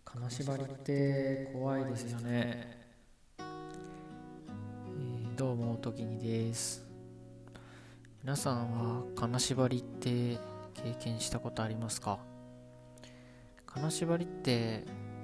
金縛りって怖いですよね。どうもときにです。皆さんは金縛りって経験したことありますか？金縛りって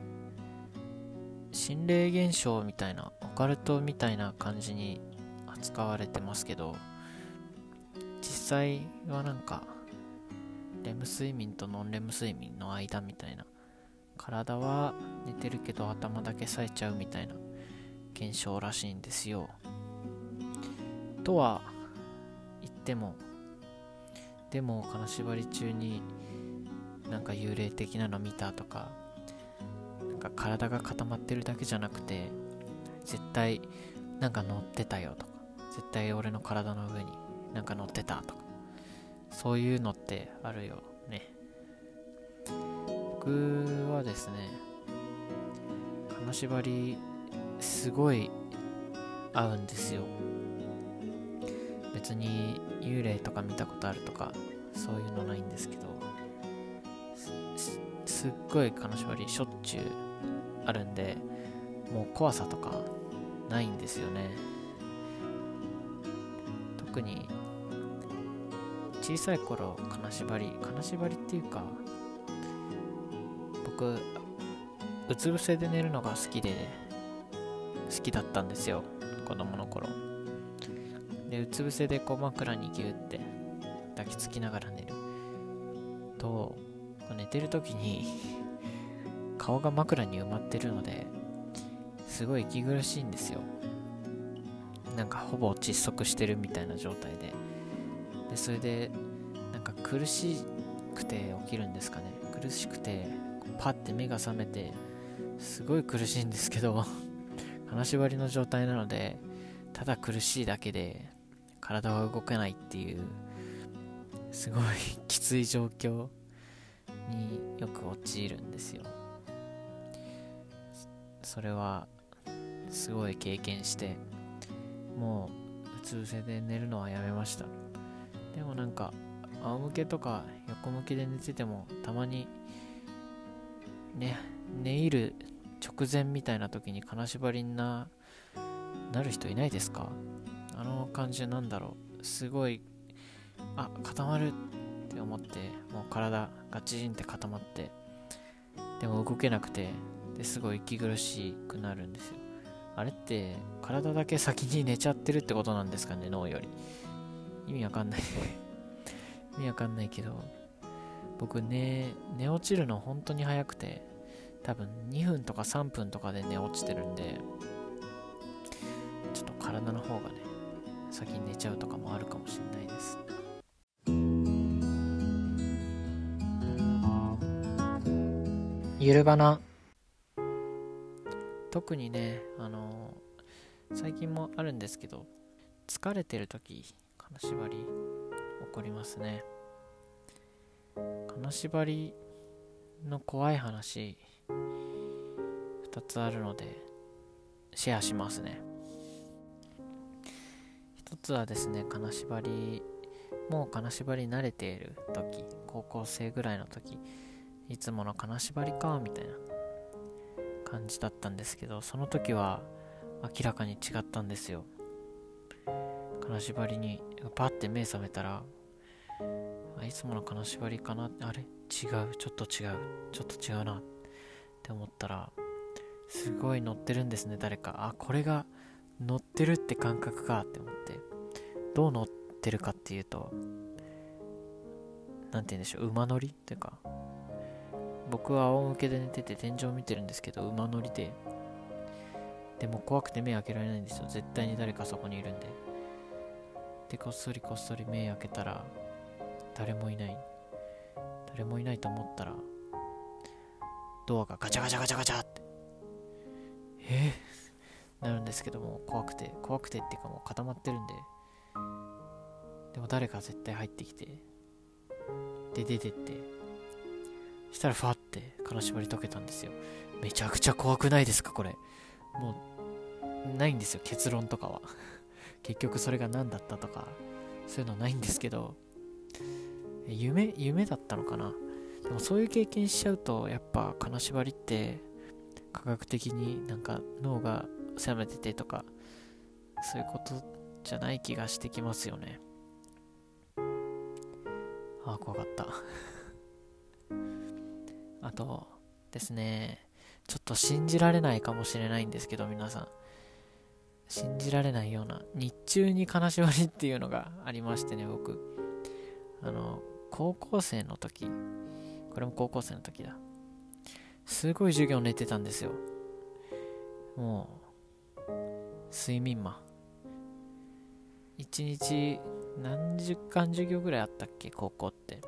心霊現象みたいな、オカルトみたいな感じに扱われてますけど、実際はレム睡眠とノンレム睡眠の間みたいな、体は寝てるけど頭だけ冴えちゃうみたいな現象らしいんですよ。とは言っても、でも金縛り中に幽霊的なの見たとか、体が固まってるだけじゃなくて絶対乗ってたよとか、絶対俺の体の上に乗ってたとか、そういうのってあるよね。僕はですね、金縛りすごい合うんですよ。別に幽霊とか見たことあるとかそういうのないんですけど、すっごい金縛りしょっちゅうあるんで、もう怖さとかないんですよね。特に小さい頃、金縛りっていうか、僕うつ伏せで寝るのが好きだったんですよ、子供の頃で。うつ伏せで枕にギュって抱きつきながら寝ると、寝てる時に顔が枕に埋まってるので、すごい息苦しいんですよ。ほぼ窒息してるみたいな状態で、それで苦しくて起きるんですかね。苦しくてパッて目が覚めて、すごい苦しいんですけど金縛りの状態なので、ただ苦しいだけで体は動けないっていう、すごいきつい状況によく陥るんですよ。それはすごい経験して、もううつ伏せで寝るのはやめました。でも仰向けとか横向きで寝てても、たまに寝入る直前みたいな時に金縛りになる人いないですか？あの感じすごい、固まるって思って、もう体ガチンって固まって、でも動けなくて、ですごい息苦しくなるんですよ。あれって体だけ先に寝ちゃってるってことなんですかね、脳より。意味わかんない意味わかんないけど、僕寝落ちるの本当に早くて、多分2分とか3分とかで寝落ちてるんで、ちょっと体の方が先に寝ちゃうとかもあるかもしれないです。ゆるばな。特に最近もあるんですけど、疲れてる時、金縛り起こりますね。金縛りの怖い話2つあるのでシェアしますね。1つはですね、もう金縛り慣れている時、高校生ぐらいの時、いつもの金縛りかみたいな感じだったんですけど、その時は明らかに違ったんですよ。金縛りにパッて目覚めたら、いつもの金縛りかな、あれ違う、ちょっと違うなって思ったら、すごい乗ってるんですね、誰か。これが乗ってるって感覚かって思って。どう乗ってるかっていうと、なんて言うんでしょう、馬乗りというか、僕は仰向けで寝てて天井見てるんですけど、馬乗りでも怖くて目開けられないんですよ。絶対に誰かそこにいるんで。で、こっそり目開けたら誰もいないと思ったら、ドアがガチャガチャガチャガチャってなるんですけども、怖くてっていうか、もう固まってるんで、でも誰か絶対入ってきて、で出てって、そしたらファって金縛り解けたんですよ。めちゃくちゃ怖くないですかこれ。もうないんですよ、結論とかは結局それが何だったとかそういうのないんですけど、夢だったのかな。でもそういう経験しちゃうと、やっぱ金縛りって科学的になんか脳が冷めててとかそういうことじゃない気がしてきますよね。怖かったあとですね、ちょっと信じられないかもしれないんですけど、皆さん信じられないような日中に金縛りっていうのがありましてね、僕高校生の時、これも高校生の時だ、すごい授業寝てたんですよ。もう睡眠魔。1日何時間授業ぐらいあったっけ、高校って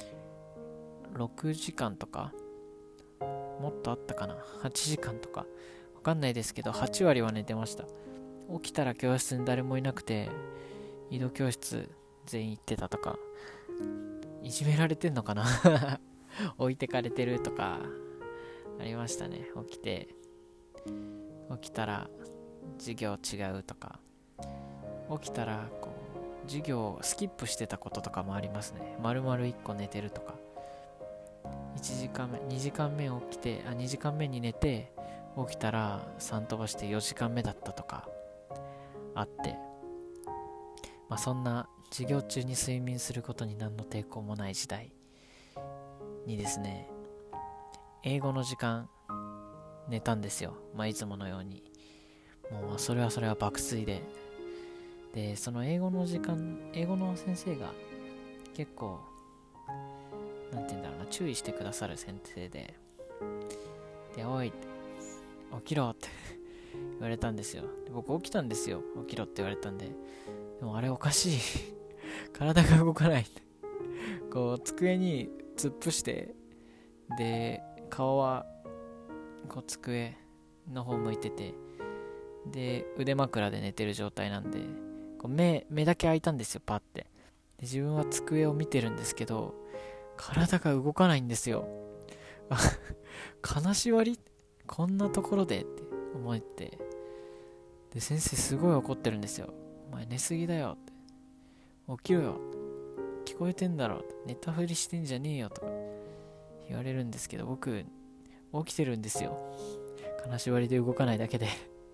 6時間とかもっとあったかな、8時間とかわかんないですけど、8割は寝てました。起きたら教室に誰もいなくて、移動教室全員行ってたとか、いじめられてんのかな置いてかれてるとかありましたね。起きたら授業違うとか、起きたらこう授業をスキップしてたこととかもありますね。丸々1個寝てるとか、1時間目2時間目起きて2時間目に寝て起きたら3飛ばして4時間目だったとかあって、そんな授業中に睡眠することに何の抵抗もない時代にですね、英語の時間寝たんですよ。いつものように。もうそれは爆睡で、その英語の時間、英語の先生が結構なんて言うんだろうな、注意してくださる先生で、おい起きろって言われたんですよ。で僕起きたんですよ。起きろって言われたんで、でもあれおかしい体が動かないこう机に突っ伏して、で顔はこう机の方向いてて、で腕枕で寝てる状態なんで、こう目だけ開いたんですよ、パッて。で自分は机を見てるんですけど、体が動かないんですよ金縛りこんなところでって思って、で先生すごい怒ってるんですよ。お前寝すぎだよって、起きろよ、聞こえてんだろって、寝たふりしてんじゃねえよとか言われるんですけど、僕起きてるんですよ、金縛りで動かないだけで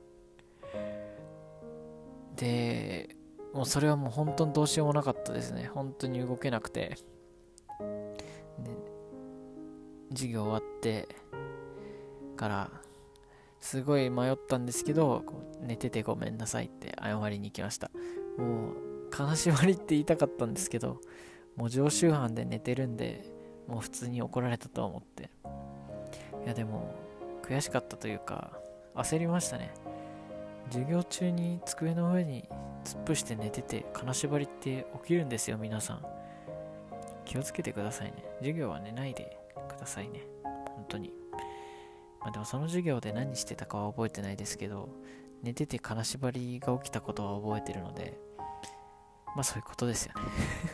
でもうそれはもう本当にどうしようもなかったですね。本当に動けなくて、で授業終わってからすごい迷ったんですけど、寝ててごめんなさいって謝りに行きました。もう金縛りって言いたかったんですけど、もう常習犯で寝てるんで、もう普通に怒られたと思って、いやでも悔しかったというか焦りましたね。授業中に机の上に突っ伏して寝てて金縛りって起きるんですよ。皆さん気をつけてくださいね。授業は寝ないでくださいね、本当に。でもその授業で何してたかは覚えてないですけど、寝てて金縛りが起きたことは覚えてるので、そういうことですよね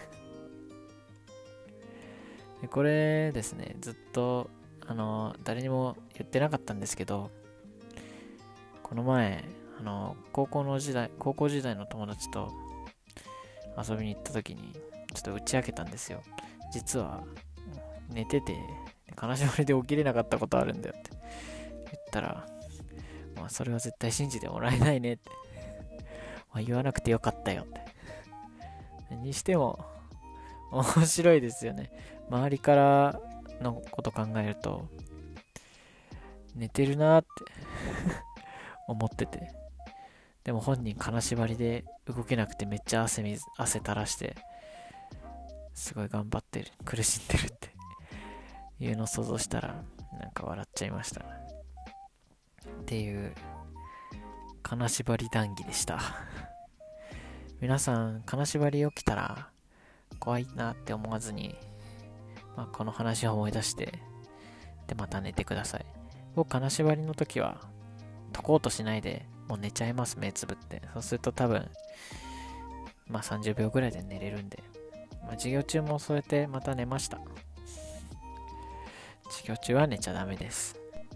でこれですね、ずっと誰にも言ってなかったんですけど、この前高校時代の友達と遊びに行った時にちょっと打ち明けたんですよ。実は寝てて金縛りで起きれなかったことあるんだよって言ったら、それは絶対信じてもらえないねって言わなくてよかったよってにしても面白いですよね。周りからのこと考えると寝てるなって思ってて、でも本人金縛りで動けなくてめっちゃ汗垂らしてすごい頑張ってる、苦しんでるっていうのを想像したらなんか笑っちゃいましたっていう金縛り談義でした皆さん金縛り起きたら怖いなって思わずに、この話を思い出してでまた寝てください。僕金縛りの時は解こうとしないでもう寝ちゃいます、目つぶって。そうすると多分30秒ぐらいで寝れるんで、授業中もそうやってまた寝ました。授業中は寝ちゃダメです。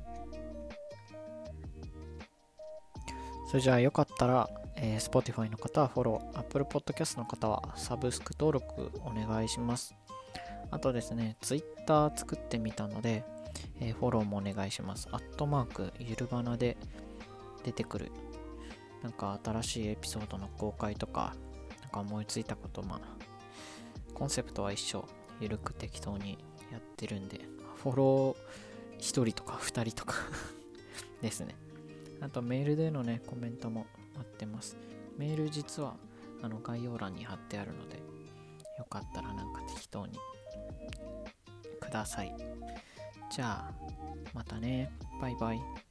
それじゃあよかったら、Spotify の方はフォロー、Apple Podcast の方はサブスク登録お願いします。あとですね、Twitter 作ってみたので、 フォローもお願いします。ゆるばなで出てくるなんか新しいエピソードの公開とか、なんか思いついたこと、コンセプトは一緒、ゆるく適当にやってるんで、フォロー1人とか2人とかですね。あとメールでのね、コメントも待ってます。メール実は概要欄に貼ってあるので、よかったらなんか適当にください。じゃあ、またね。バイバイ。